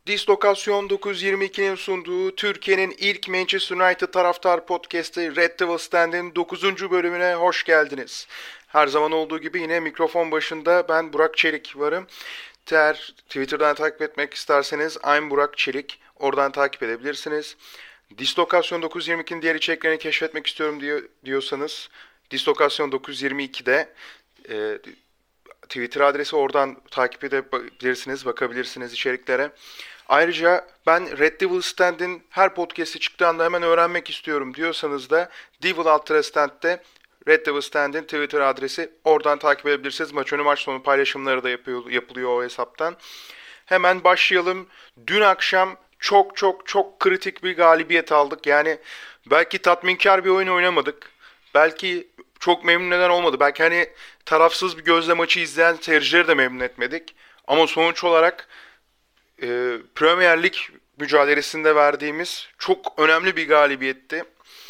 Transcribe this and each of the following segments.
Dislokasyon 922'nin sunduğu Türkiye'nin ilk Manchester United taraftar podcast'i Red Devil Stand'in 9. bölümüne hoş geldiniz. Her zaman olduğu gibi yine mikrofon başında ben Burak Çelik varım. Twitter'dan takip etmek isterseniz I'm Burak Çelik. Oradan takip edebilirsiniz. Dislokasyon 922'nin diğer içeriklerini keşfetmek istiyorum diyorsanız Dislokasyon 922'de Twitter adresi, oradan takip edebilirsiniz, bakabilirsiniz içeriklere. Ayrıca ben Red Devil Stand'in her podcast'i çıktığı anda hemen öğrenmek istiyorum diyorsanız da Devil Ultra Stand'de Red Devil Stand'in Twitter adresi, oradan takip edebilirsiniz. Maç önü maç sonu paylaşımları da yapılıyor o hesaptan. Hemen başlayalım. Dün akşam çok çok çok kritik bir galibiyet aldık. Yani belki tatminkar bir oyun oynamadık. Belki çok memnun eden olmadı. Belki hani tarafsız bir gözle maçı izleyen seyircileri de memnun etmedik. Ama sonuç olarak Premier Lig mücadelesinde verdiğimiz çok önemli bir galibiyetti.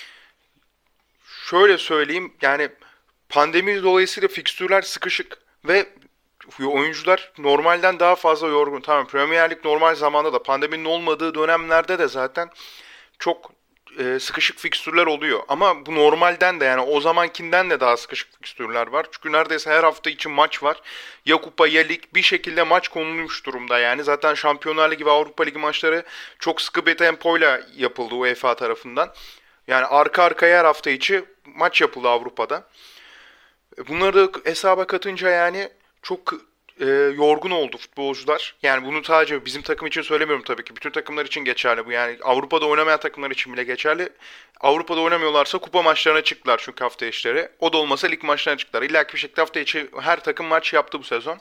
Şöyle söyleyeyim, yani pandemi dolayısıyla fikstürler sıkışık ve oyuncular normalden daha fazla yorgun. Tamam, Premier Lig normal zamanda da, pandeminin olmadığı dönemlerde de zaten çok sıkışık fikstürler oluyor. Ama bu normalden de, yani o zamankinden de daha sıkışık fikstürler var. Çünkü neredeyse her hafta için maç var. Ya kupa ya lig, bir şekilde maç konulmuş durumda yani. Zaten Şampiyonlar Ligi ve Avrupa Ligi maçları çok sıkı bir tempoyla yapıldı UEFA tarafından. Yani arka arkaya her hafta içi maç yapıldı Avrupa'da. Bunları da hesaba katınca yani çok yorgun oldu futbolcular. Yani bunu sadece bizim takım için söylemiyorum tabii ki. Bütün takımlar için geçerli bu. Yani Avrupa'da oynamayan takımlar için bile geçerli. Avrupa'da oynamıyorlarsa kupa maçlarına çıktılar çünkü hafta içleri. O da olmasa lig maçlarına çıktılar. İlla ki bir şekilde hafta içi her takım maç yaptı bu sezon.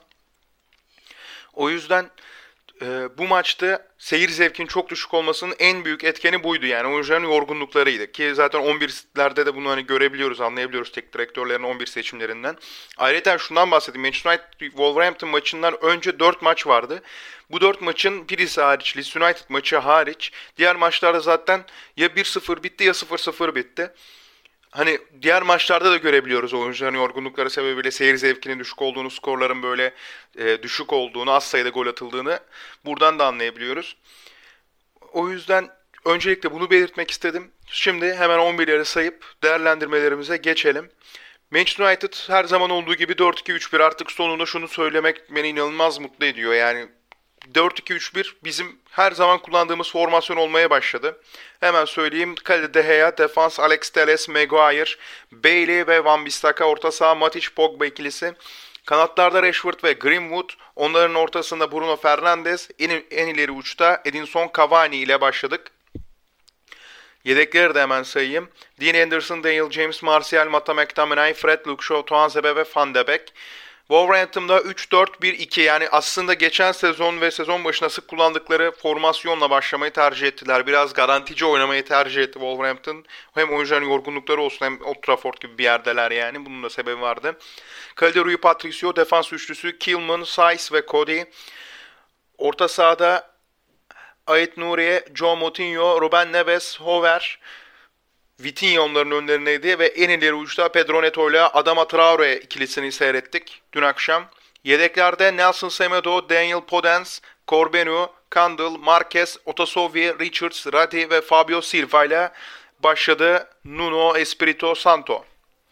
O yüzden bu maçta seyir zevkinin çok düşük olmasının en büyük etkeni buydu. Yani oyuncuların yorgunluklarıydı. Ki zaten 11'lerde de bunu hani görebiliyoruz, anlayabiliyoruz tek direktörlerin 11 seçimlerinden. Ayrıca şundan bahsedeyim. Manchester United Wolverhampton maçından önce 4 maç vardı. Bu 4 maçın birisi hariç, Leeds United maçı hariç, diğer maçlarda zaten ya 1-0 bitti ya 0-0 bitti. Hani diğer maçlarda da görebiliyoruz oyuncuların yorgunlukları sebebiyle seyir zevkinin düşük olduğunu, skorların böyle düşük olduğunu, az sayıda gol atıldığını buradan da anlayabiliyoruz. O yüzden öncelikle bunu belirtmek istedim. Şimdi hemen 11'leri sayıp değerlendirmelerimize geçelim. Manchester United her zaman olduğu gibi 4-2-3-1, artık sonunda şunu söylemek beni inanılmaz mutlu ediyor. Yani 4-2-3-1 bizim her zaman kullandığımız formasyon olmaya başladı. Hemen söyleyeyim. Kalede De Gea, defans Alex Telles, Maguire, Bailey ve Van Bissaka, orta saha Matic Pogba ikilisi. Kanatlarda Rashford ve Greenwood, onların ortasında Bruno Fernandes, en ileri uçta Edinson Cavani ile başladık. Yedekleri de hemen sayayım. Dean Anderson, Daniel James, Martial, Mata McTominay, Fred, Luke Shaw, Tuanzebe ve Van de Beek. Wolverhampton'da 3-4-1-2, yani aslında geçen sezon ve sezon başına sık kullandıkları formasyonla başlamayı tercih ettiler. Biraz garantici oynamayı tercih etti Wolverhampton. Hem oyuncuların yorgunlukları olsun, hem Old Trafford gibi bir yerdeler yani. Bunun da sebebi vardı. Kalede Rui Patricio, defans üçlüsü Kilman, Saiz ve Cody. Orta sahada Ait Nuriye, Joe Moutinho, Ruben Neves, Hover, Vitinha onların önlerindeydi ve en ileri uçta Pedro Neto ile Adama Traore ikilisini seyrettik dün akşam. Yedeklerde Nelson Semedo, Daniel Podence, Corbenu, Kandel, Marquez, Otasovi, Richards, Radi ve Fabio Silva ile başladı Nuno Espirito Santo.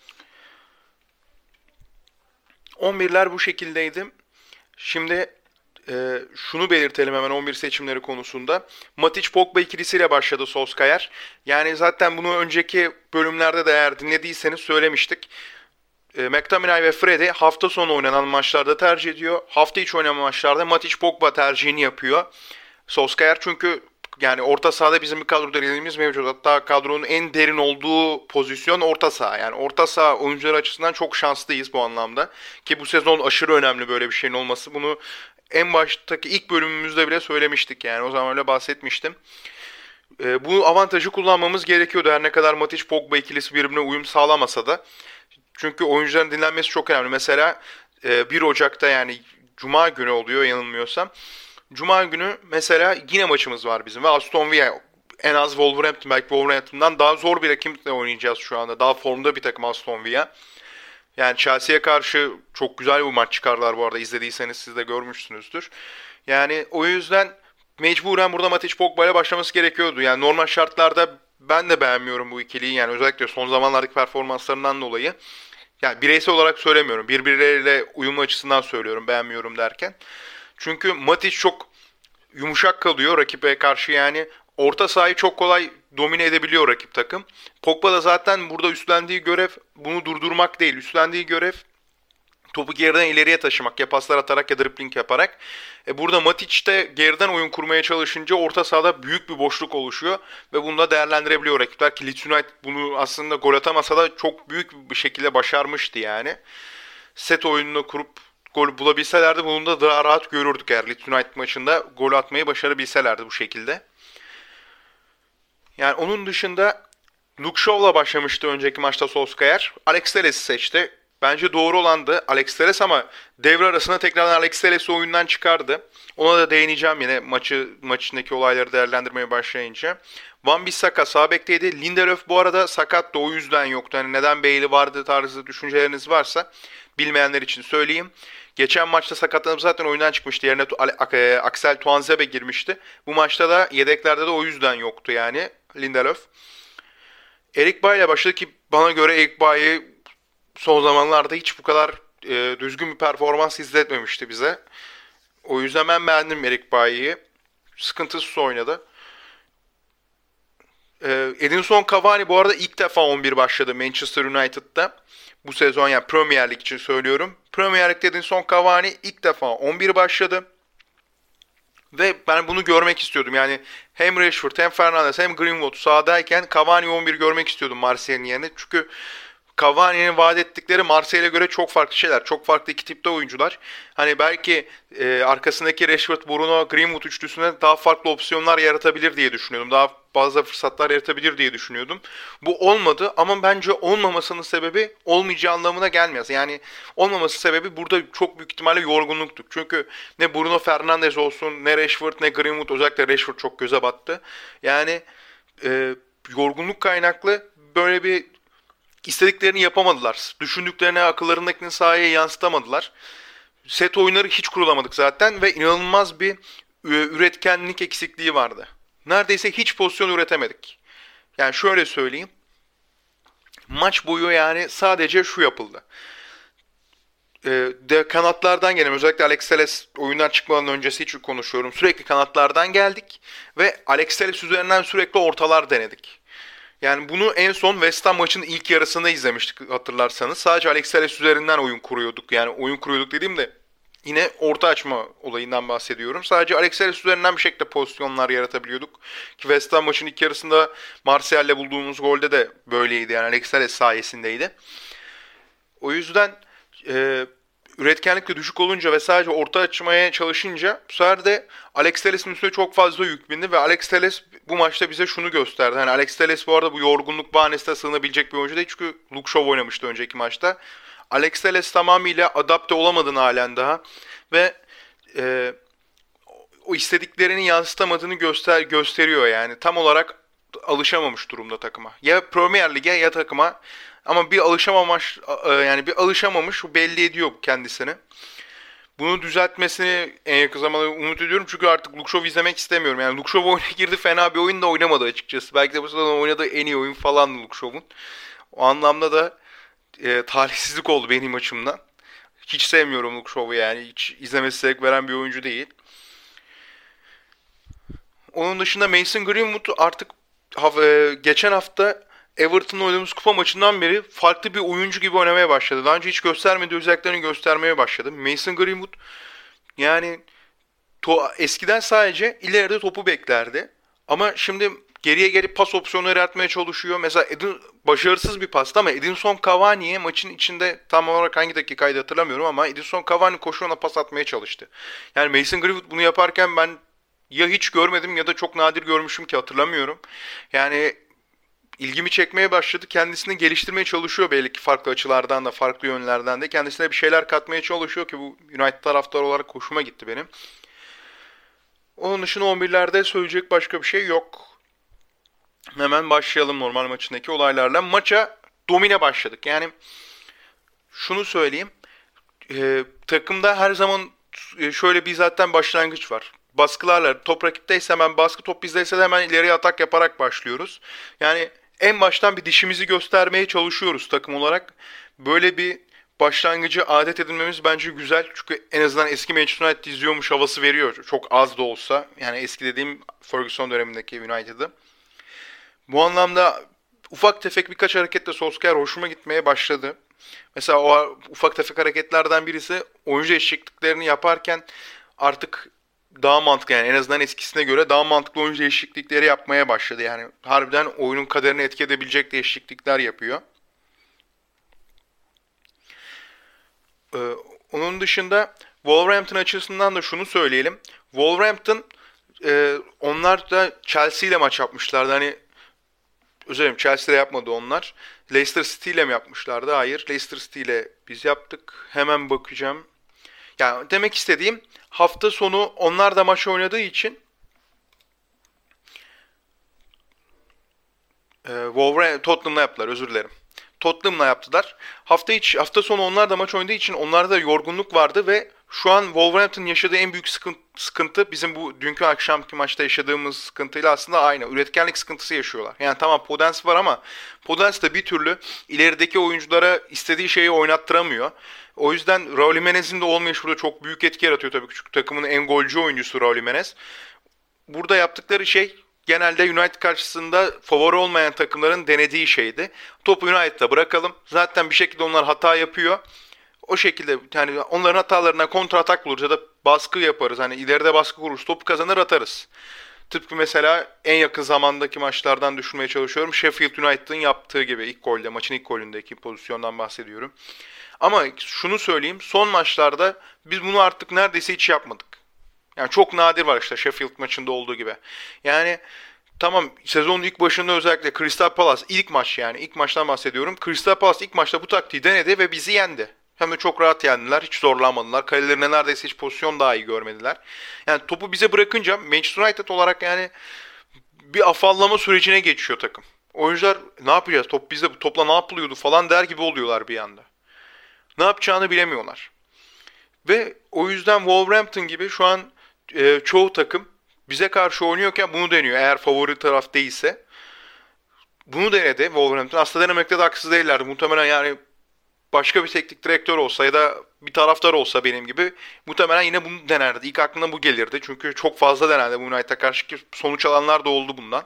11'ler bu şekildeydi. Şimdi şunu belirtelim hemen 11 seçimleri konusunda. Matic Pogba ikilisiyle başladı Solskjaer. Yani zaten bunu önceki bölümlerde de eğer dinlediyseniz söylemiştik. McTominay ve Freddy hafta sonu oynanan maçlarda tercih ediyor. Hafta içi oynanan maçlarda Matic Pogba tercihini yapıyor Solskjaer, çünkü yani orta sahada bizim bir kadro derinliğimiz mevcut. Hatta kadronun en derin olduğu pozisyon orta saha. Yani orta saha oyuncular açısından çok şanslıyız bu anlamda. Ki bu sezon aşırı önemli böyle bir şeyin olması. Bunu en baştaki ilk bölümümüzde bile söylemiştik, yani o zaman öyle bahsetmiştim. Bu avantajı kullanmamız gerekiyordu her ne kadar Matic Pogba ikilisi birbirine uyum sağlamasa da. Çünkü oyuncuların dinlenmesi çok önemli. Mesela 1 Ocak'ta, yani Cuma günü oluyor yanılmıyorsam. Cuma günü mesela yine maçımız var bizim ve Aston Villa, en az Wolverhampton, belki Wolverhampton'dan daha zor bir rakiple oynayacağız şu anda. Daha formda bir takım Aston Villa. Yani Chelsea'ye karşı çok güzel bir maç çıkardılar bu arada. İzlediyseniz siz de görmüşsünüzdür. Yani o yüzden mecburen burada Matic Pogba ile başlaması gerekiyordu. Yani normal şartlarda ben de beğenmiyorum bu ikiliyi. Yani özellikle son zamanlardaki performanslarından dolayı. Yani bireysel olarak söylemiyorum. Birbirleriyle uyum açısından söylüyorum beğenmiyorum derken. Çünkü Matic çok yumuşak kalıyor rakibe karşı yani. Orta sahayı çok kolay domine edebiliyor rakip takım. Pogba da zaten burada üstlendiği görev bunu durdurmak değil. Üstlendiği görev topu geriden ileriye taşımak. Ya paslar atarak ya dribbling yaparak. Burada Matic de geriden oyun kurmaya çalışınca orta sahada büyük bir boşluk oluşuyor. Ve bunu da değerlendirebiliyor rakipler. Ki Leeds United bunu aslında gol atamasa da çok büyük bir şekilde başarmıştı yani. Set oyununu kurup gol bulabilselerdi bunu da daha rahat görürdük eğer Leeds United maçında gol atmayı başarabilselerdi bu şekilde. Yani onun dışında Luke Shaw'la başlamıştı önceki maçta Solskjaer. Alex Telles'i seçti. Bence doğru olandı Alex Telles ama devre arasında tekrardan Alex Telles'i oyundan çıkardı. Ona da değineceğim yine maçındaki olayları değerlendirmeye başlayınca. Wan-Bissaka sağ bekteydi. Lindelöf bu arada sakattı o yüzden yoktu. Yani neden Bale'i vardı tarzı düşünceleriniz varsa bilmeyenler için söyleyeyim. Geçen maçta sakatlanıp zaten oyundan çıkmıştı. Yerine Axel Tuanzebe girmişti. Bu maçta da yedeklerde de o yüzden yoktu yani Lindelöf. Eric Bailly ile başladı ki bana göre Eric Bailly son zamanlarda hiç bu kadar düzgün bir performans izletmemişti bize. O yüzden ben beğendim Eric Bailly'yi. Sıkıntısız oynadı. Edinson Cavani bu arada ilk defa 11 başladı Manchester United'da. Bu sezon yani Premier Lig için söylüyorum. Premier Lig'de Edinson Cavani ilk defa 11 başladı. Ve ben bunu görmek istiyordum. Yani hem Rashford hem Fernandes hem Greenwood sahadayken Cavani 11 görmek istiyordum Martial'in yerine. Çünkü Cavani'nin vaat ettikleri Martial'e göre çok farklı şeyler. Çok farklı iki tipte oyuncular. Hani belki arkasındaki Rashford, Bruno, Greenwood üçlüsüne daha farklı opsiyonlar yaratabilir diye düşünüyordum. Daha fazla fırsatlar yaratabilir diye düşünüyordum. Bu olmadı ama bence olmamasının sebebi olmayacağı anlamına gelmez. Yani olmaması sebebi burada çok büyük ihtimalle yorgunluktu. Çünkü ne Bruno Fernandes olsun, ne Rashford, ne Greenwood, özellikle Rashford çok göze battı. Yani yorgunluk kaynaklı böyle bir istediklerini yapamadılar. Düşündüklerini akıllarındakini sahaya yansıtamadılar. Set oyunları hiç kurulamadık zaten ve inanılmaz bir üretkenlik eksikliği vardı. Neredeyse hiç pozisyon üretemedik. Yani şöyle söyleyeyim. Maç boyu yani sadece şu yapıldı. De kanatlardan gelen özellikle Alex Telles oyundan çıkmadan öncesi için konuşuyorum. Sürekli kanatlardan geldik ve Alex Telles üzerinden sürekli ortalar denedik. Yani bunu en son West Ham maçının ilk yarısında izlemiştik hatırlarsanız. Sadece Alex Telles üzerinden oyun kuruyorduk. Yani oyun kuruyorduk dediğimde yine orta açma olayından bahsediyorum. Sadece Alex Telles üzerinden bir şekilde pozisyonlar yaratabiliyorduk. Ki West Ham maçının ilk yarısında Martial'le bulduğumuz golde de böyleydi. Yani Alex Telles sayesindeydi. O yüzden üretkenlik de düşük olunca ve sadece orta açmaya çalışınca bu sefer de Alex Telles'in üstüne çok fazla yük bindi ve Alex Telles bu maçta bize şunu gösterdi. Hani Alex Telles bu arada bu yorgunluk bahanesine sığınabilecek bir oyuncu değil çünkü Luke Shaw oynamıştı önceki maçta. Alex Telles tamamıyla adapte olamadığını halen daha ve o istediklerini yansıtamadığını gösteriyor yani. Tam olarak alışamamış durumda takıma. Ya Premier Lig'e ya takıma ama bir alışamamış belli ediyor kendisini. Bunu düzeltmesini en yakın zamanda umut ediyorum çünkü artık Luke Shaw izlemek istemiyorum. Yani Luke Shaw oyuna girdi fena bir oyun da oynamadı açıkçası. Belki de bu sezon oynadığı en iyi oyun falan Luke Shaw'un. O anlamda da talihsizlik oldu benim açımdan. Hiç sevmiyorum Luke Shaw'u yani. Hiç izlemesi zevk veren bir oyuncu değil. Onun dışında Mason Greenwood artık geçen hafta Everton'la oynadığımız kupa maçından beri farklı bir oyuncu gibi oynamaya başladı. Daha önce hiç göstermediği özelliklerini göstermeye başladı. Mason Greenwood yani eskiden sadece ileride topu beklerdi. Ama şimdi geriye gelip pas opsiyonları yaratmaya çalışıyor. Mesela başarısız bir pastı ama Edinson Cavani'ye maçın içinde tam olarak hangi dakikaydı hatırlamıyorum ama Edinson Cavani koşu ona pas atmaya çalıştı. Yani Mason Greenwood bunu yaparken ben ya hiç görmedim ya da çok nadir görmüşüm ki hatırlamıyorum. Yani ilgimi çekmeye başladı. Kendisini geliştirmeye çalışıyor belli ki farklı açılardan da farklı yönlerden de. Kendisine bir şeyler katmaya çalışıyor ki bu United taraftarı olarak hoşuma gitti benim. Onun dışında 11'lerde söyleyecek başka bir şey yok. Hemen başlayalım normal maçındaki olaylarla. Maça domine başladık. Yani şunu söyleyeyim. Takımda her zaman şöyle bir zaten başlangıç var. baskılarla top rakipteyse hemen baskı, top bizdeyse de hemen ileriye atak yaparak başlıyoruz. Yani en baştan bir dişimizi göstermeye çalışıyoruz takım olarak. Böyle bir başlangıcı adet edinmemiz bence güzel. Çünkü en azından eski Manchester United izliyormuş havası veriyor. Çok az da olsa. Yani eski dediğim Ferguson dönemindeki United'ı. Bu anlamda ufak tefek birkaç hareketle Solskjaer hoşuma gitmeye başladı. Mesela o ufak tefek hareketlerden birisi oyuncu eşlikliklerini yaparken artık daha mantıklı, yani en azından eskisine göre daha mantıklı oyuncu değişiklikleri yapmaya başladı. Yani harbiden oyunun kaderini etki edebilecek değişiklikler yapıyor. Ee, Onun dışında Wolverhampton açısından da şunu söyleyelim. Wolverhampton onlar da Chelsea ile maç yapmışlardı. Hani özür dilerim, Chelsea'de yapmadı onlar. Leicester City ile mi yapmışlardı? Hayır. Leicester City ile biz yaptık. Hemen bakacağım. Yani demek istediğim, hafta sonu onlar da maç oynadığı için Tottenham'la yaptılar, özür dilerim. Tottenham'la yaptılar. Hafta sonu onlar da maç oynadığı için onlarda da yorgunluk vardı ve şu an Wolverhampton'ın yaşadığı en büyük sıkıntı bizim bu dünkü akşamki maçta yaşadığımız sıkıntıyla aslında aynı. Üretkenlik sıkıntısı yaşıyorlar. Yani tamam, Podence var ama Podence de bir türlü ilerideki oyunculara istediği şeyi oynattıramıyor. O yüzden Raul Jimenez'in de olmayışı burada çok büyük etki yaratıyor tabii. Küçük takımın en golcü oyuncusu Raul Jimenez. Burada yaptıkları şey genelde United karşısında favori olmayan takımların denediği şeydi. Topu United'a bırakalım. Zaten bir şekilde onlar hata yapıyor. O şekilde yani onların hatalarına kontra atak buluruz ya da baskı yaparız. Hani ileride baskı kururuz, topu kazanır atarız. Tıpkı mesela en yakın zamandaki maçlardan düşünmeye çalışıyorum. Sheffield United'ın yaptığı gibi ilk golde, maçın ilk golündeki pozisyondan bahsediyorum. Ama şunu söyleyeyim, son maçlarda biz bunu artık neredeyse hiç yapmadık. Yani çok nadir var işte Sheffield maçında olduğu gibi. Yani tamam, sezonun ilk başında özellikle Crystal Palace ilk maç, yani ilk maçtan bahsediyorum. Crystal Palace ilk maçta bu taktiği denedi ve bizi yendi. Hem de çok rahat yendiler. Hiç zorlanmadılar. Kalelerine neredeyse hiç pozisyon dahi görmediler. Yani topu bize bırakınca Manchester United olarak yani bir afallama sürecine geçiyor takım. Oyuncular ne yapacağız? Top bizde, topla ne yapılıyordu falan der gibi oluyorlar bir anda. Ne yapacağını bilemiyorlar. Ve o yüzden Wolverhampton gibi şu an çoğu takım bize karşı oynuyorken bunu deniyor. Eğer favori taraf değilse. Bunu denedi Wolverhampton. Aslında denemekte de haksız değillerdi. Muhtemelen yani başka bir teknik direktör olsa ya da bir taraftar olsa benim gibi muhtemelen yine bunu denerdi. İlk aklına bu gelirdi. Çünkü çok fazla denendi bu United'a karşı, ki sonuç alanlar da oldu bundan.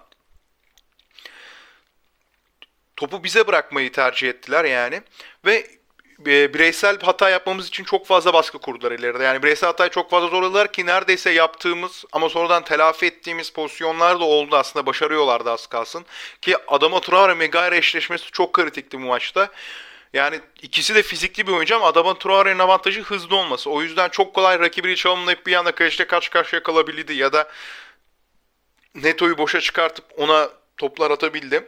Topu bize bırakmayı tercih ettiler yani. Ve bireysel hata yapmamız için çok fazla baskı kurdular ileride. Yani bireysel hatayı çok fazla zorladılar ki neredeyse yaptığımız ama sonradan telafi ettiğimiz pozisyonlar da oldu aslında. Başarıyorlardı az kalsın. Ki Adama Traore Maguire eşleşmesi çok kritikti bu maçta. Yani ikisi de fizikli bir oyuncu ama Adama Traore'nin avantajı hızlı olması. O yüzden çok kolay rakibini çalımlayıp bir anda kaleciyle karşı karşıya kalabildi ya da Neto'yu boşa çıkartıp ona toplar atabildi.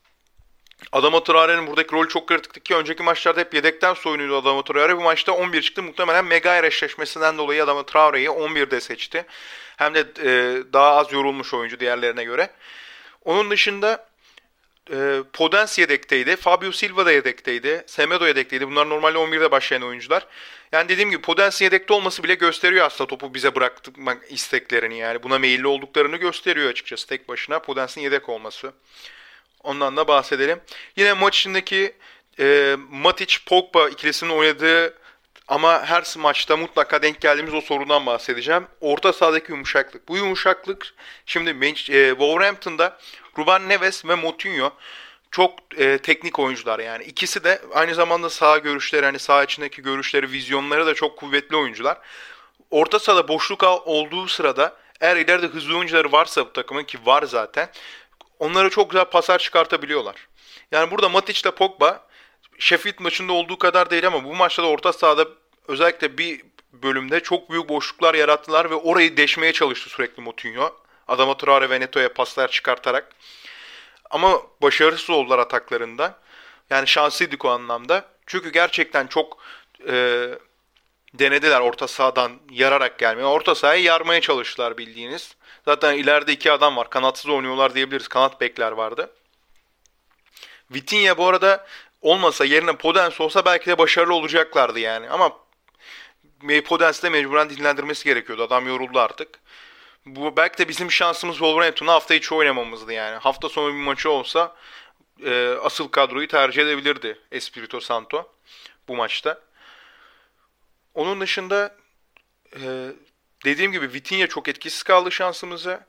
Adama Traore'nin buradaki rolü çok kritikti ki önceki maçlarda hep yedekten soyunuyordu Adama Traore. Bu maçta 11 çıktı. Muhtemelen Maguire eşleşmesinden dolayı Adama Traore'yi 11'de seçti. Hem de daha az yorulmuş oyuncu diğerlerine göre. Onun dışında Podence yedekteydi. Fabio Silva da yedekteydi. Semedo yedekteydi. Bunlar normalde 11'de başlayan oyuncular. Yani dediğim gibi Podence yedekte olması bile gösteriyor aslında topu bize bırakmak isteklerini, yani buna meyilli olduklarını gösteriyor açıkçası tek başına Podence'in yedek olması. Ondan da bahsedelim. Yine maç içindeki Matic-Pogba ikilisinin oynadığı ama her maçta mutlaka denk geldiğimiz o sorundan bahsedeceğim. Orta sahadaki yumuşaklık. Bu yumuşaklık şimdi Wolverhampton'da Ruben Neves ve Moutinho çok teknik oyuncular yani. İkisi de aynı zamanda saha görüşleri, hani saha içindeki görüşleri, vizyonları da çok kuvvetli oyuncular. Orta sahada boşluk olduğu sırada eğer ileride hızlı oyuncuları varsa bu takımın, ki var zaten, onlara çok güzel paslar çıkartabiliyorlar. Yani burada Matic ile Pogba Sheffield maçında olduğu kadar değil ama bu maçta da orta sahada özellikle bir bölümde çok büyük boşluklar yarattılar ve orayı deşmeye çalıştı sürekli Moutinho. Adama Traore ve Neto'ya paslar çıkartarak. Ama başarısız oldular ataklarında. Yani şanslıydık o anlamda. Çünkü gerçekten çok e, denediler orta sahadan yararak gelmeye. Orta sahayı yarmaya çalıştılar bildiğiniz. Zaten ileride iki adam var. Kanatsız oynuyorlar diyebiliriz. Kanat bekler vardı. Vitinha bu arada olmasa, yerine Podence olsa belki de başarılı olacaklardı yani. Ama Podence'de mecburen dinlendirmesi gerekiyordu. Adam yoruldu artık. Bu belki de bizim şansımız Wolverhampton'la hafta içi oynamamızdı yani. Hafta sonu bir maçı olsa asıl kadroyu tercih edebilirdi Espirito Santo bu maçta. Onun dışında e, dediğim gibi Vitinha çok etkisiz kaldı şansımıza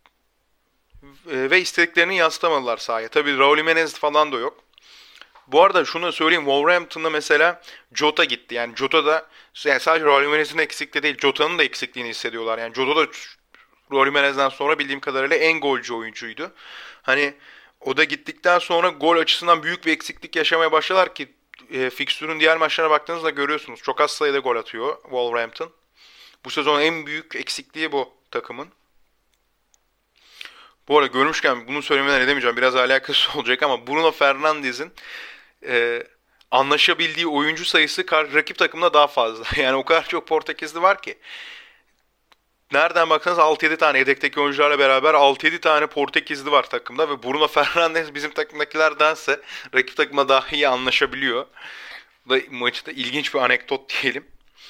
ve istediklerini yansıtamadılar sahaya. Tabii Raul Jimenez falan da yok. Bu arada şunu da söyleyeyim. Wolverhampton'da mesela Jota gitti. Yani Jota da yani sadece Raul Jimenez'in eksikliği değil, Jota'nın da eksikliğini hissediyorlar. Yani Jota da Raul Jimenez'den sonra bildiğim kadarıyla en golcü oyuncuydu. Hani o da gittikten sonra gol açısından büyük bir eksiklik yaşamaya başladılar ki fikstürün diğer maçlarına baktığınızda görüyorsunuz. Çok az sayıda gol atıyor Wolverhampton. Bu sezon en büyük eksikliği bu takımın. Bu arada görmüşken bunu söylemeden edemeyeceğim. Biraz alakası olacak ama Bruno Fernandes'in e, anlaşabildiği oyuncu sayısı rakip takımda daha fazla. Yani o kadar çok Portekizli var ki. Nereden baksanız 6-7 tane yedekteki oyuncularla beraber 6-7 tane Portekizli var takımda ve Bruno Fernandes bizim takımdakilerdense rakip takımla daha iyi anlaşabiliyor. Bu da maçta ilginç bir anekdot diyelim.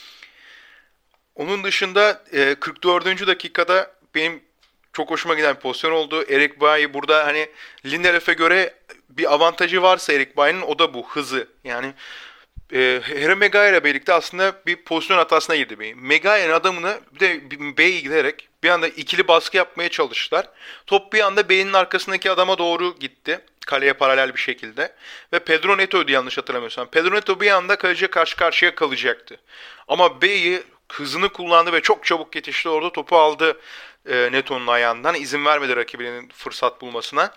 Onun dışında 44. dakikada benim çok hoşuma giden bir pozisyon oldu. Eric Bailly burada hani Lindelöf'e göre bir avantajı varsa Eric Bailly'nin o da bu hızı. Yani Harry Maguire ile birlikte aslında bir pozisyon hatasına girdi Bey. Maguire'ın adamını bir de Bey'e giderek bir anda ikili baskı yapmaya çalıştılar. Top bir anda Bey'in arkasındaki adama doğru gitti. Kaleye paralel bir şekilde. Ve Pedro Neto'ydu yanlış hatırlamıyorsam. Pedro Neto bir anda kaleciye karşı karşıya kalacaktı. Ama Bey'i hızını kullandı ve çok çabuk yetişti. Orada topu aldı Neto'nun ayağından. İzin vermedi rakibinin fırsat bulmasına.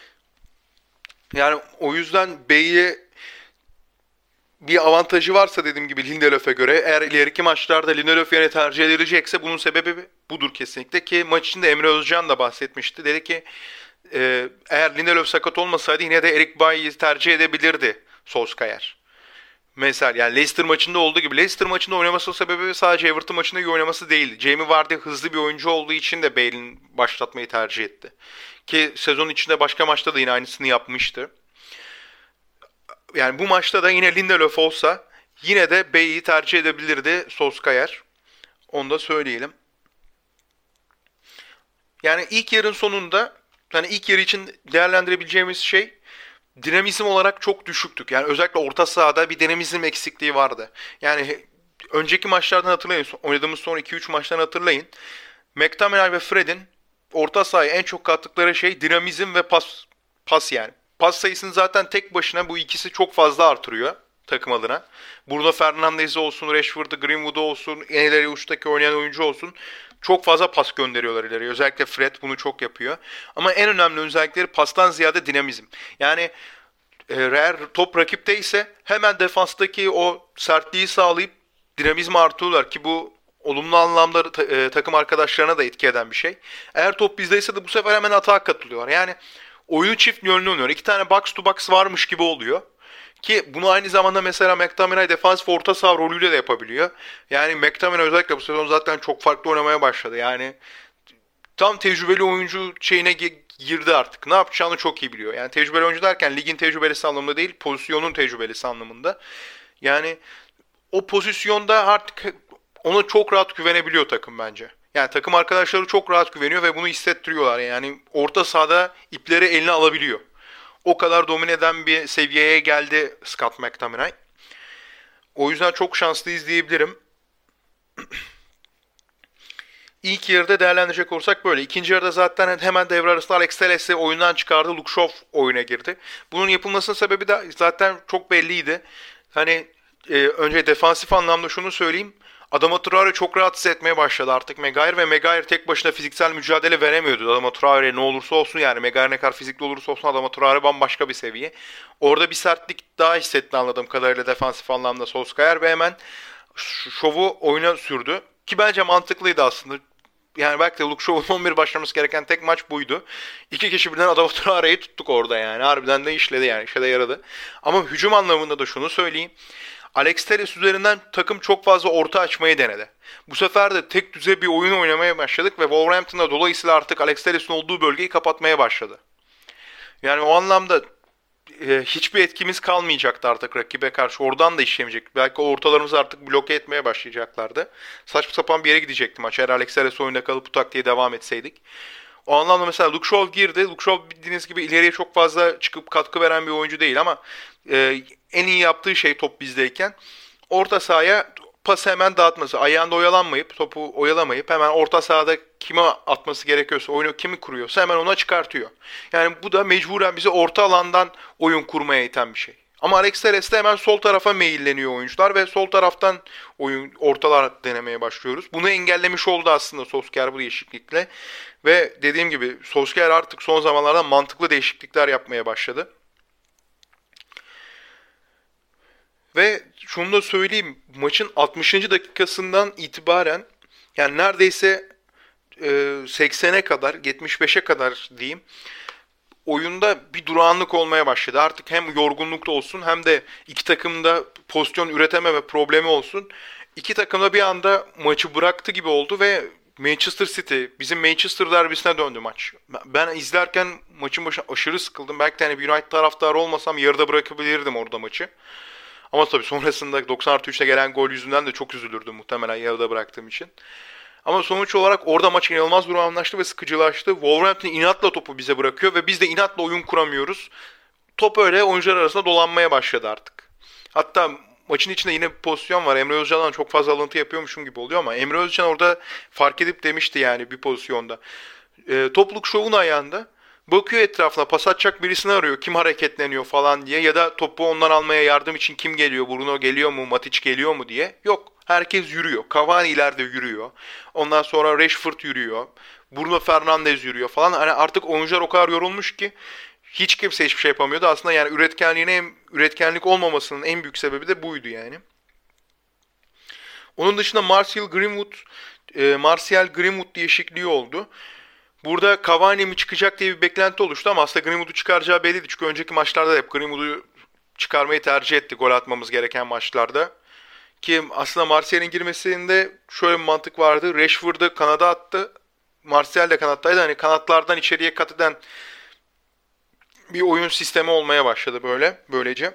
Yani o yüzden Bey'i bir avantajı varsa dediğim gibi Lindelöf'e göre eğer ileriki maçlarda Lindelöf yerine tercih edilecekse bunun sebebi budur kesinlikle ki maç içinde Emre Özcan da bahsetmişti. Dedi ki eğer Lindelöf sakat olmasaydı yine de Eric Bailly'i tercih edebilirdi Solskjaer. Mesela yani Leicester maçında olduğu gibi Leicester maçında oynaması sebebi sadece Everton maçında iyi oynaması değildi. Jamie Vardy hızlı bir oyuncu olduğu için de Bale'in başlatmayı tercih etti. Ki sezon içinde başka maçta da yine aynısını yapmıştı. Yani bu maçta da yine Lindelöf olsa yine de Bey'i tercih edebilirdi Solskjaer. Onu da söyleyelim. Yani ilk yarın sonunda hani ilk yarı için değerlendirebileceğimiz şey dinamizm olarak çok düşüktük. Yani özellikle orta sahada bir dinamizm eksikliği vardı. Yani önceki maçlardan hatırlayın. Oynadığımız son 2-3 maçtan hatırlayın. McTominay ve Fred'in orta sahaya en çok kattıkları şey dinamizm ve pas yani. Pas sayısını zaten tek başına bu ikisi çok fazla artırıyor takım adına. Bruno Fernandes olsun, Rashford'u, Greenwood'u olsun, en ileri uçtaki oynayan oyuncu olsun. Çok fazla pas gönderiyorlar ileriye. Özellikle Fred bunu çok yapıyor. Ama en önemli özellikleri pastan ziyade dinamizm. Yani eğer top rakipte ise hemen defanstaki o sertliği sağlayıp dinamizmi artırıyorlar ki bu olumlu anlamda takım arkadaşlarına da etki eden bir şey. Eğer top bizdeyse de bu sefer hemen atağa katılıyorlar. Yani oyunu çift yönlü oynuyor. İki tane box to box varmış gibi oluyor. Ki bunu aynı zamanda mesela McTominay defansif orta saha rolüyle de yapabiliyor. Yani McTominay özellikle bu sezon zaten çok farklı oynamaya başladı. Yani tam tecrübeli oyuncu şeyine girdi artık. Ne yapacağını çok iyi biliyor. Yani tecrübeli oyuncu derken ligin tecrübelisi anlamında değil, pozisyonun tecrübelisi anlamında. Yani o pozisyonda artık ona çok rahat güvenebiliyor takım bence. Yani takım arkadaşları çok rahat güveniyor ve bunu hissettiriyorlar. Yani orta sahada ipleri eline alabiliyor. O kadar domine eden bir seviyeye geldi Scott McTominay. O yüzden çok şanslı izleyebilirim. İlk yarıda değerlendirecek olursak böyle. İkinci yarıda zaten hemen devre arasında Alex Telles'i oyundan çıkardı. Luke Shaw oyuna girdi. Bunun yapılmasının sebebi de zaten çok belliydi. Hani önce defansif anlamda şunu söyleyeyim. Adama Traore çok rahat hissetmeye başladı artık Maguire ve Maguire tek başına fiziksel mücadele veremiyordu. Adama Traore ne olursa olsun yani Maguire ne kadar fizikli olursa olsun Adama Traore bambaşka bir seviye. Orada bir sertlik daha hissetti anladığım kadarıyla defansif anlamda Solskjaer ve hemen şovu oyuna sürdü. Ki bence mantıklıydı aslında. Yani belki de Luke Shaw'un 11 başlaması gereken tek maç buydu. İki kişi birden Adama Traore'yi tuttuk orada yani. Harbiden de işledi yani. İşe de yaradı. Ama hücum anlamında da şunu söyleyeyim. Alex Telles üzerinden takım çok fazla orta açmayı denedi. Bu sefer de tek düze bir oyun oynamaya başladık ve Wolverhampton'da dolayısıyla artık Alex Telles'in olduğu bölgeyi kapatmaya başladı. Yani o anlamda hiçbir etkimiz kalmayacaktı artık rakibe karşı. Oradan da işlemeyecek. Belki ortalarımızı artık bloke etmeye başlayacaklardı. Saçma sapan bir yere gidecekti maç. Eğer Alex Telles oyunda kalıp bu taktiğe devam etseydik. O anlamda mesela Luke Shaw girdi. Luke Shaw bildiğiniz gibi ileriye çok fazla çıkıp katkı veren bir oyuncu değil ama en iyi yaptığı şey top bizdeyken orta sahaya pası hemen dağıtması. Ayağında oyalanmayıp, topu oyalamayıp hemen orta sahada kime atması gerekiyorsa, oyunu kimi kuruyorsa hemen ona çıkartıyor. Yani bu da mecburen bizi orta alandan oyun kurmaya iten bir şey. Ama Alex Telles'te hemen sol tarafa meyilleniyor oyuncular ve sol taraftan oyun ortalar denemeye başlıyoruz. Bunu engellemiş oldu aslında Solskjaer bu değişiklikle. Ve dediğim gibi Solskjaer artık son zamanlarda mantıklı değişiklikler yapmaya başladı. Ve şunu da söyleyeyim, maçın 60. dakikasından itibaren yani neredeyse 80'e kadar, 75'e kadar diyeyim, oyunda bir durağanlık olmaya başladı. Artık hem yorgunlukta olsun hem de iki takımda pozisyon üretememe problemi olsun. İki takım da bir anda maçı bıraktı gibi oldu ve Manchester City, bizim Manchester derbisine döndü maç. Ben izlerken maçın başına aşırı sıkıldım. Belki de hani bir United taraftarı olmasam yarıda bırakabilirdim orada maçı. Ama tabii sonrasında 90+3'te gelen gol yüzünden de çok üzülürdüm muhtemelen yarıda bıraktığım için. Ama sonuç olarak orada maç inanılmaz durağanlaştı ve sıkıcılaştı. Wolverhampton inatla topu bize bırakıyor ve biz de inatla oyun kuramıyoruz. Top öyle oyuncular arasında dolanmaya başladı artık. Hatta maçın içinde yine bir pozisyon var. Emre Özcan'dan çok fazla alıntı yapıyormuşum gibi oluyor ama Emre Özcan orada fark edip demişti yani bir pozisyonda. Topluk şovun ayağında. Bakıyor etrafına pas atacak birisini arıyor. Kim hareketleniyor falan diye. Ya da topu ondan almaya yardım için kim geliyor? Bruno geliyor mu? Matic geliyor mu diye. Yok. Herkes yürüyor. Cavani ileride yürüyor. Ondan sonra Rashford yürüyor. Bruno Fernandes yürüyor falan. Hani artık oyuncular o kadar yorulmuş ki hiç kimse hiçbir şey yapamıyordu. Aslında yani üretkenlik olmamasının en büyük sebebi de buydu yani. Onun dışında Martial Greenwood değişikliği oldu. Burada Cavani mi çıkacak diye bir beklenti oluştu ama aslında Greenwood'u çıkaracağı belliydi. Çünkü önceki maçlarda da hep Greenwood'u çıkarmayı tercih etti gol atmamız gereken maçlarda. Ki aslında Martial'in girmesinde şöyle bir mantık vardı. Rashford'u kanada attı. Martial de kanattaydı. Hani kanatlardan içeriye kat eden bir oyun sistemi olmaya başladı böylece.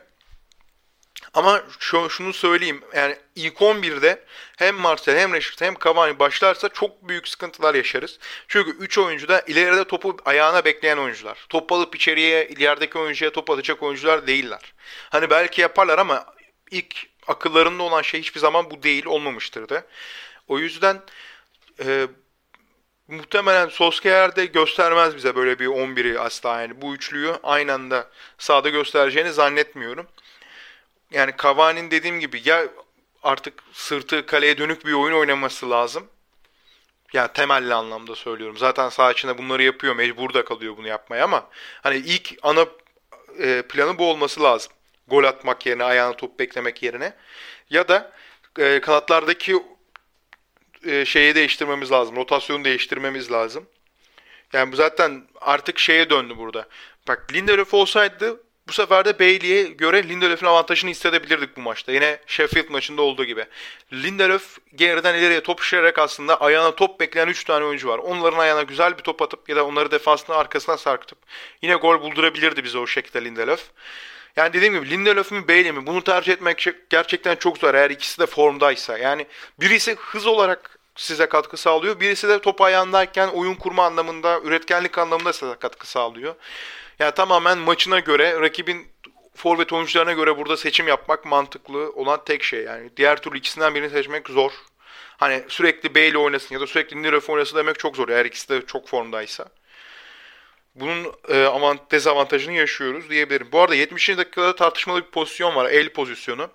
Ama şunu söyleyeyim. Yani ilk 11'de hem Marcel hem Rashford hem Cavani başlarsa çok büyük sıkıntılar yaşarız. Çünkü 3 oyuncu da ileride topu ayağına bekleyen oyuncular. Top alıp içeriye ilerideki oyuncuya top atacak oyuncular değiller. Hani belki yaparlar ama ilk akıllarında olan şey hiçbir zaman bu değil olmamıştır da. O yüzden e, muhtemelen Solskjaer de göstermez bize böyle bir 11'i asla yani bu üçlüyü aynı anda sahada göstereceğini zannetmiyorum. Yani Cavani'nin dediğim gibi ya artık sırtı kaleye dönük bir oyun oynaması lazım. Ya temelli anlamda söylüyorum. Zaten saha içinde bunları yapıyor. Mecbur da kalıyor bunu yapmaya ama hani ilk ana planı bu olması lazım. Gol atmak yerine, ayağına top beklemek yerine. Ya da kanatlardaki şeyi değiştirmemiz lazım. Rotasyonu değiştirmemiz lazım. Yani bu zaten artık şeye döndü burada. Bak Lindelöf olsaydı bu sefer de Bailey'e göre Lindelöf'ün avantajını hissedebilirdik bu maçta. Yine Sheffield maçında olduğu gibi. Lindelöf geriden ileriye top işleyerek aslında ayağına top bekleyen 3 tane oyuncu var. Onların ayağına güzel bir top atıp ya da onları defansının arkasına sarkıtıp yine gol buldurabilirdi bize o şekilde Lindelöf. Yani dediğim gibi Lindelöf mü Bailey mi bunu tercih etmek gerçekten çok zor eğer ikisi de formdaysa. Yani birisi hız olarak size katkı sağlıyor. Birisi de top ayağındayken oyun kurma anlamında, üretkenlik anlamında size katkı sağlıyor. Yani tamamen maçına göre, rakibin forvet oyuncularına göre burada seçim yapmak mantıklı olan tek şey. Yani diğer türlü ikisinden birini seçmek zor. Hani sürekli Bailey oynasın ya da sürekli Lindelöf oynasın demek çok zor eğer ikisi de çok formdaysa. Bunun dezavantajını yaşıyoruz diyebilirim. Bu arada 70. dakikada tartışmalı bir pozisyon var. El pozisyonu.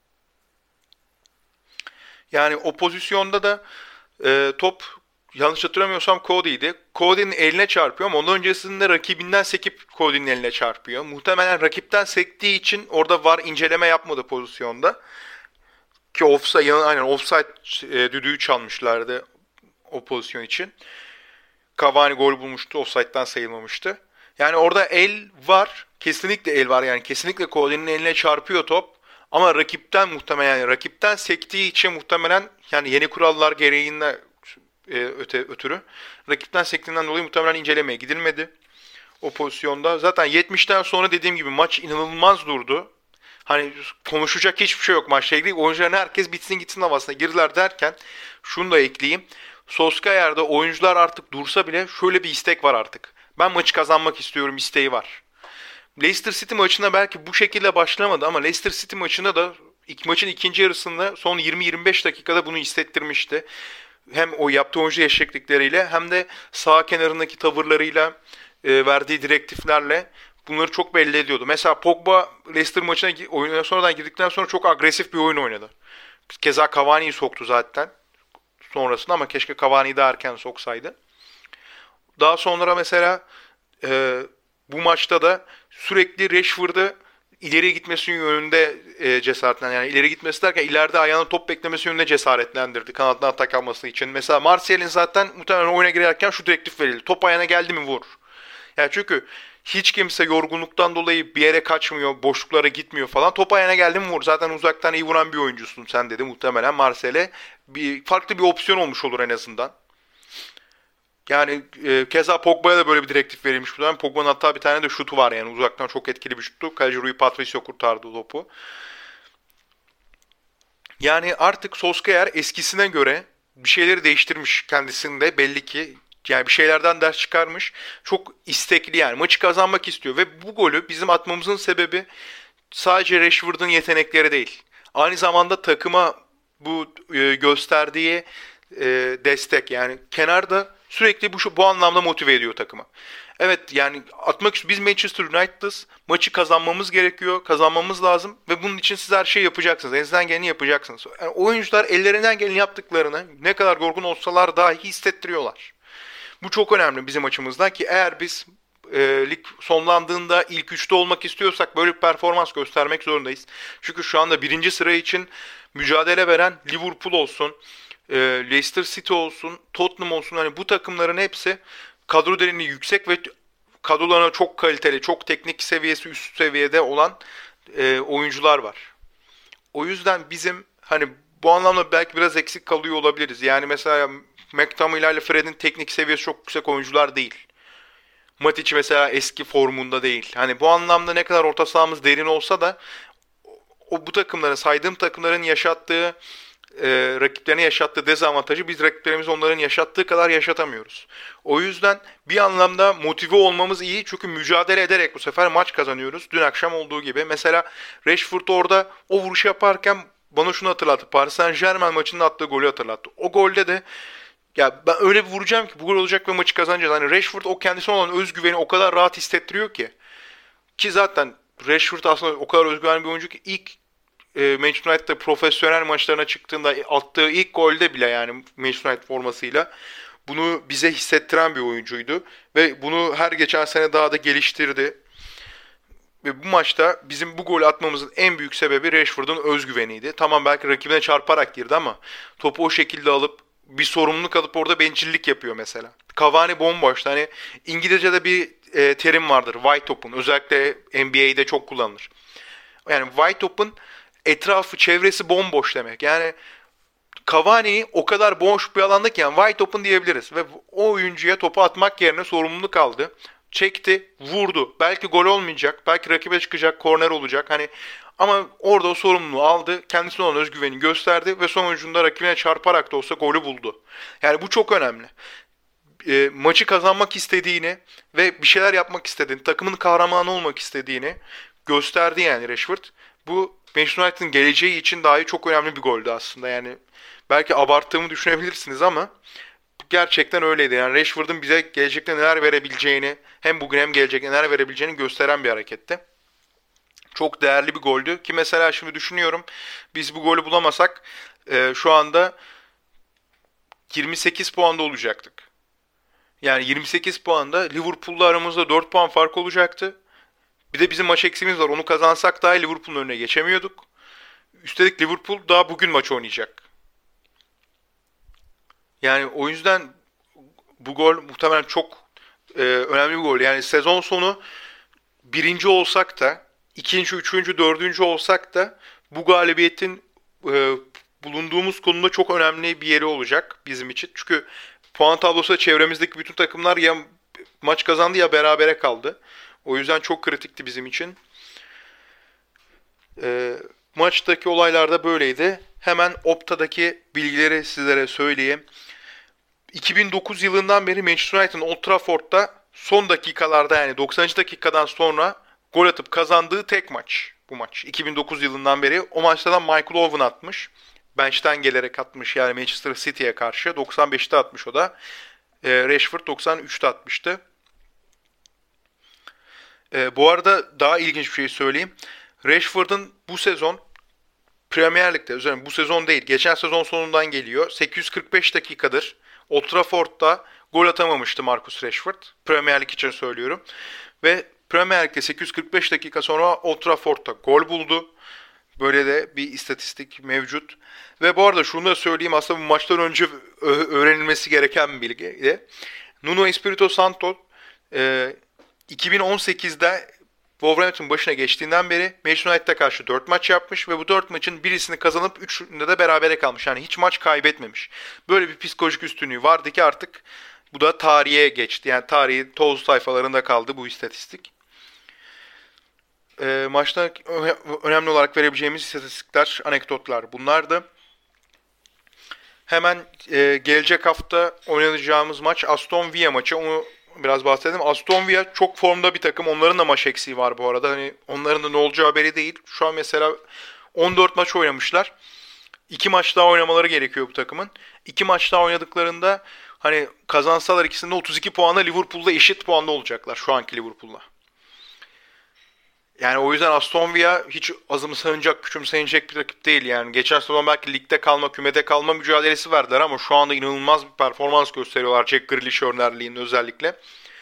Yani o pozisyonda da top yanlış hatırlamıyorsam Cody'ydi. Cody'nin eline çarpıyor ama ondan öncesinde rakibinden sekip Cody'nin eline çarpıyor. Muhtemelen rakipten sektiği için orada VAR inceleme yapmadı pozisyonda. Ki offside düdüğü çalmışlardı o pozisyon için. Cavani gol bulmuştu. Offside'dan sayılmamıştı. Yani orada el var. Kesinlikle el var. Yani kesinlikle Cody'nin eline çarpıyor top. Ama rakipten muhtemelen yani rakipten sektiği için muhtemelen yani yeni kurallar gereğinde ötürü rakipten sektiğinden dolayı muhtemelen incelemeye gidilmedi. o pozisyonda. Zaten 70'ten sonra dediğim gibi maç inanılmaz durdu. Hani konuşacak hiçbir şey yok maçla ilgili. Oyuncuların herkes bitsin gitsin havasına girdiler derken şunu da ekleyeyim. Solskjaer'de oyuncular artık dursa bile şöyle bir istek var artık. Ben maçı kazanmak istiyorum isteği var. Leicester City maçına belki bu şekilde başlamadı ama Leicester City maçında da maçın ikinci yarısında son 20-25 dakikada bunu hissettirmişti. Hem o yaptığı oyuncu eşeklikleriyle hem de sağ kenarındaki tavırlarıyla verdiği direktiflerle bunları çok belli ediyordu. Mesela Pogba Leicester maçına oyuna sonradan girdikten sonra çok agresif bir oyun oynadı. Keza Cavani'yi soktu zaten sonrasında ama keşke Cavani'yi daha erken soksaydı. Daha sonra mesela bu maçta da sürekli Rashford'ı ileri gitmesi yönünde cesaretlen yani ileri gitmesi derken ileride ayağına top beklemesi yönünde cesaretlendirdi kanattan atak alması için. Mesela Martial'in zaten muhtemelen oyuna girerken şu direktif verildi. Top ayağına geldi mi vur. Yani çünkü hiç kimse yorgunluktan dolayı bir yere kaçmıyor, boşluklara gitmiyor falan. Top ayağına geldi mi vur. Zaten uzaktan iyi vuran bir oyuncusun sen dedi muhtemelen Martial'e. Farklı bir opsiyon olmuş olur en azından. Yani keza Pogba'ya da böyle bir direktif verilmiş bu dönem. Pogba'nın hatta bir tane de şutu var yani uzaktan çok etkili bir şuttu. Kaleci Rui Patricio kurtardı topu. Yani artık Solskjaer eskisine göre bir şeyleri değiştirmiş kendisinde belli ki. Yani bir şeylerden ders çıkarmış. Çok istekli yani maçı kazanmak istiyor. Ve bu golü bizim atmamızın sebebi sadece Rashford'un yetenekleri değil. Aynı zamanda takıma bu gösterdiği destek yani kenarda sürekli bu anlamda motive ediyor takımı. Evet yani biz Manchester United'ız. Maçı kazanmamız gerekiyor. Kazanmamız lazım ve bunun için siz her şeyi yapacaksınız. Elinizden geleni yapacaksınız. Yani oyuncular ellerinden geleni yaptıklarını ne kadar yorgun olsalar dahi hissettiriyorlar. Bu çok önemli bizim açımızdan ki eğer biz lig sonlandığında ilk üçte olmak istiyorsak böyle bir performans göstermek zorundayız. Çünkü şu anda birinci sıra için mücadele veren Liverpool olsun, Leicester City olsun, Tottenham olsun hani bu takımların hepsi kadro derinliği yüksek ve kadrolarına çok kaliteli, çok teknik seviyesi üst seviyede olan oyuncular var. O yüzden bizim hani bu anlamda belki biraz eksik kalıyor olabiliriz. Yani mesela McTominay ile Fred'in teknik seviyesi çok yüksek oyuncular değil. Matic mesela eski formunda değil. Hani bu anlamda ne kadar orta sahamız derin olsa da bu takımların saydığım takımların yaşattığı rakiplerine yaşattığı dezavantajı biz rakiplerimiz onların yaşattığı kadar yaşatamıyoruz. O yüzden bir anlamda motive olmamız iyi çünkü mücadele ederek bu sefer maç kazanıyoruz. Dün akşam olduğu gibi. Mesela Rashford orada o vuruş yaparken bana şunu hatırlattı. Paris Saint-Germain maçında attığı golü hatırlattı. O golde de ya ben öyle bir vuracağım ki bu gol olacak ve maçı kazanacağız. Hani Rashford o kendisine olan özgüveni o kadar rahat hissettiriyor ki. Ki zaten Rashford aslında o kadar özgüvenli bir oyuncu ki ilk Manchester United'da profesyonel maçlarına çıktığında attığı ilk golde bile yani Manchester United formasıyla bunu bize hissettiren bir oyuncuydu. Ve bunu her geçen sene daha da geliştirdi. Ve bu maçta bizim bu golü atmamızın en büyük sebebi Rashford'un özgüveniydi. Tamam belki rakibine çarparak girdi ama topu o şekilde alıp bir sorumluluk alıp orada bencillik yapıyor mesela. Cavani bomboştu. Hani İngilizce'de bir terim vardır. Wide open. Özellikle NBA'de çok kullanılır. Yani wide open etrafı, çevresi bomboş demek. Yani Cavani o kadar boş bir alanda ki yani wide open diyebiliriz. Ve o oyuncuya topu atmak yerine sorumluluk aldı. Çekti, vurdu. Belki gol olmayacak, belki rakibe çıkacak, korner olacak. Hani ama orada o sorumluluğu aldı. Kendisine olan özgüveni gösterdi ve sonucunda rakibine çarparak da olsa golü buldu. Yani bu çok önemli. Maçı kazanmak istediğini ve bir şeyler yapmak istediğini, takımın kahramanı olmak istediğini gösterdi yani Rashford. Bu Manchester United'ın geleceği için dahi çok önemli bir goldü aslında. Yani belki abarttığımı düşünebilirsiniz ama gerçekten öyleydi. Yani Rashford'un bize gelecekte neler verebileceğini, hem bugün hem gelecekte neler verebileceğini gösteren bir hareketti. Çok değerli bir goldü ki mesela şimdi düşünüyorum biz bu golü bulamasak şu anda 28 puanda olacaktık. Yani 28 puanda Liverpool'la aramızda 4 puan fark olacaktı. Bir de bizim maç eksiğimiz var. Onu kazansak dahi Liverpool'un önüne geçemiyorduk. Üstelik Liverpool daha bugün maç oynayacak. Yani o yüzden bu gol muhtemelen çok önemli bir gol. Yani sezon sonu birinci olsak da, ikinci, üçüncü, dördüncü olsak da bu galibiyetin e, bulunduğumuz konumda çok önemli bir yeri olacak bizim için. Çünkü puan tablosunda çevremizdeki bütün takımlar ya maç kazandı ya berabere kaldı. O yüzden çok kritikti bizim için. Maçtaki olaylar da böyleydi. Hemen Opta'daki bilgileri sizlere söyleyeyim. 2009 yılından beri Manchester United'ın Old Trafford'da son dakikalarda yani 90. dakikadan sonra gol atıp kazandığı tek maç bu maç. 2009 yılından beri o maçta da Michael Owen atmış. Bench'ten gelerek atmış yani Manchester City'ye karşı. 95'te atmış o da. Rashford 93'te atmıştı. Bu arada daha ilginç bir şey söyleyeyim. Rashford'un bu sezon Premier Lig'de, özellikle bu sezon değil, geçen sezon sonundan geliyor. 845 dakikadır Old Trafford'da gol atamamıştı Marcus Rashford. Premier Lig için söylüyorum. Ve Premier Lig'de 845 dakika sonra Old Trafford'da gol buldu. Böyle de bir istatistik mevcut. Ve bu arada şunu da söyleyeyim, aslında bu maçtan önce öğrenilmesi gereken bir bilgi. Nuno Espirito Santo 2018'de Wolverhampton başına geçtiğinden beri Manchester United'a karşı 4 maç yapmış ve bu 4 maçın birisini kazanıp 3'ünde de berabere kalmış. Yani hiç maç kaybetmemiş. Böyle bir psikolojik üstünlüğü vardı ki artık bu da tarihe geçti. Yani tarihi toz sayfalarında kaldı bu istatistik. Maçta önemli olarak verebileceğimiz istatistikler, anekdotlar bunlardı. Hemen gelecek hafta oynayacağımız maç Aston Villa maçı. Onu biraz bahsedelim. Aston Villa çok formda bir takım. Onların da maç eksiği var bu arada. Hani onların da ne olacağı haberi değil. Şu an mesela 14 maç oynamışlar. 2 maç daha oynamaları gerekiyor bu takımın. 2 maç daha oynadıklarında hani kazansalar ikisinde 32 puanla Liverpool'la eşit puanda olacaklar. Şu anki Liverpool'la. Yani o yüzden Aston Villa hiç azımsanacak, küçümsenecek bir rakip değil yani. Geçen sezon belki ligde kalma, kümede kalma mücadelesi verdiler ama şu anda inanılmaz bir performans gösteriyorlar Jack Grealish önderliğinde özellikle.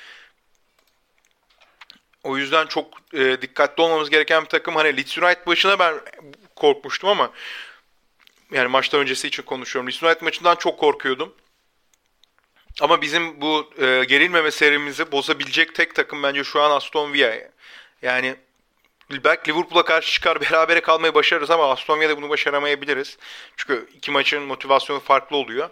O yüzden çok dikkatli olmamız gereken bir takım. Hani Leeds United maçına ben korkmuştum ama yani maçtan öncesi için konuşuyorum. Leeds United maçından çok korkuyordum. Ama bizim bu gerilmeme serimizi bozabilecek tek takım bence şu an Aston Villa. Yani belki Liverpool'a karşı çıkar berabere kalmayı başarırız ama Aston Villa'da bunu başaramayabiliriz. Çünkü iki maçın motivasyonu farklı oluyor.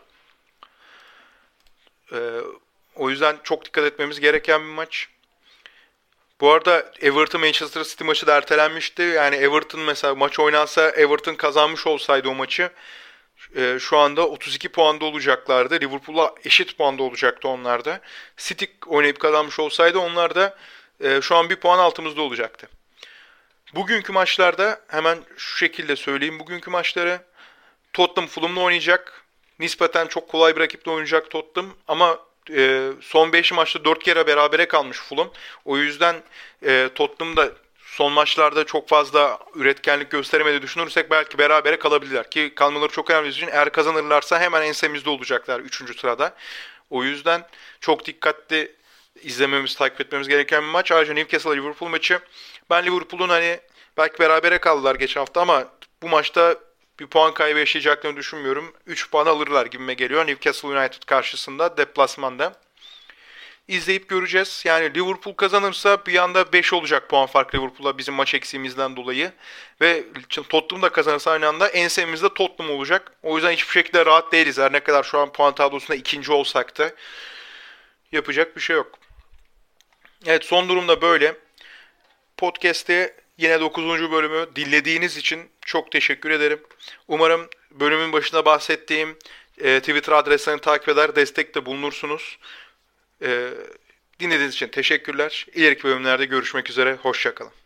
Ee, O yüzden çok dikkat etmemiz gereken bir maç. Bu arada Everton Manchester City maçı da ertelenmişti. Yani Everton mesela maç oynansa Everton kazanmış olsaydı o maçı şu anda 32 puanda olacaklardı. Liverpool'la eşit puanda olacaktı onlar da. City oynayıp kazanmış olsaydı onlar da şu an bir puan altımızda olacaktı. Bugünkü maçlarda hemen şu şekilde söyleyeyim. Bugünkü maçları Tottenham Fulham'la oynayacak. Nispeten çok kolay bir rakiple oynayacak Tottenham. Ama son 5 maçta 4 kere berabere kalmış Fulham. O yüzden Tottenham da son maçlarda çok fazla üretkenlik gösteremediği düşünürsek belki berabere kalabilirler. Ki kalmaları çok önemli için eğer kazanırlarsa hemen ensemizde olacaklar 3. sırada. O yüzden çok dikkatli izlememiz, takip etmemiz gereken bir maç. Ayrıca Newcastle Liverpool maçı. Ben Liverpool'un hani belki berabere kaldılar geçen hafta ama bu maçta bir puan kaybı yaşayacaklarını düşünmüyorum. 3 puan alırlar gibime geliyor Newcastle United karşısında deplasmanda. İzleyip göreceğiz. Yani Liverpool kazanırsa bir anda 5 olacak puan fark Liverpool'a bizim maç eksiğimizden dolayı. Ve Tottenham da kazanırsa aynı anda ensemizde Tottenham olacak. O yüzden hiçbir şekilde rahat değiliz. Her ne kadar şu an puan tablosunda ikinci olsak da yapacak bir şey yok. Evet, son durumda böyle. Podcast'te yine 9. bölümü dinlediğiniz için çok teşekkür ederim. Umarım bölümün başında bahsettiğim Twitter adreslerini takip eder, destekte bulunursunuz. Dinlediğiniz için teşekkürler. İleriki bölümlerde görüşmek üzere. Hoşça kalın.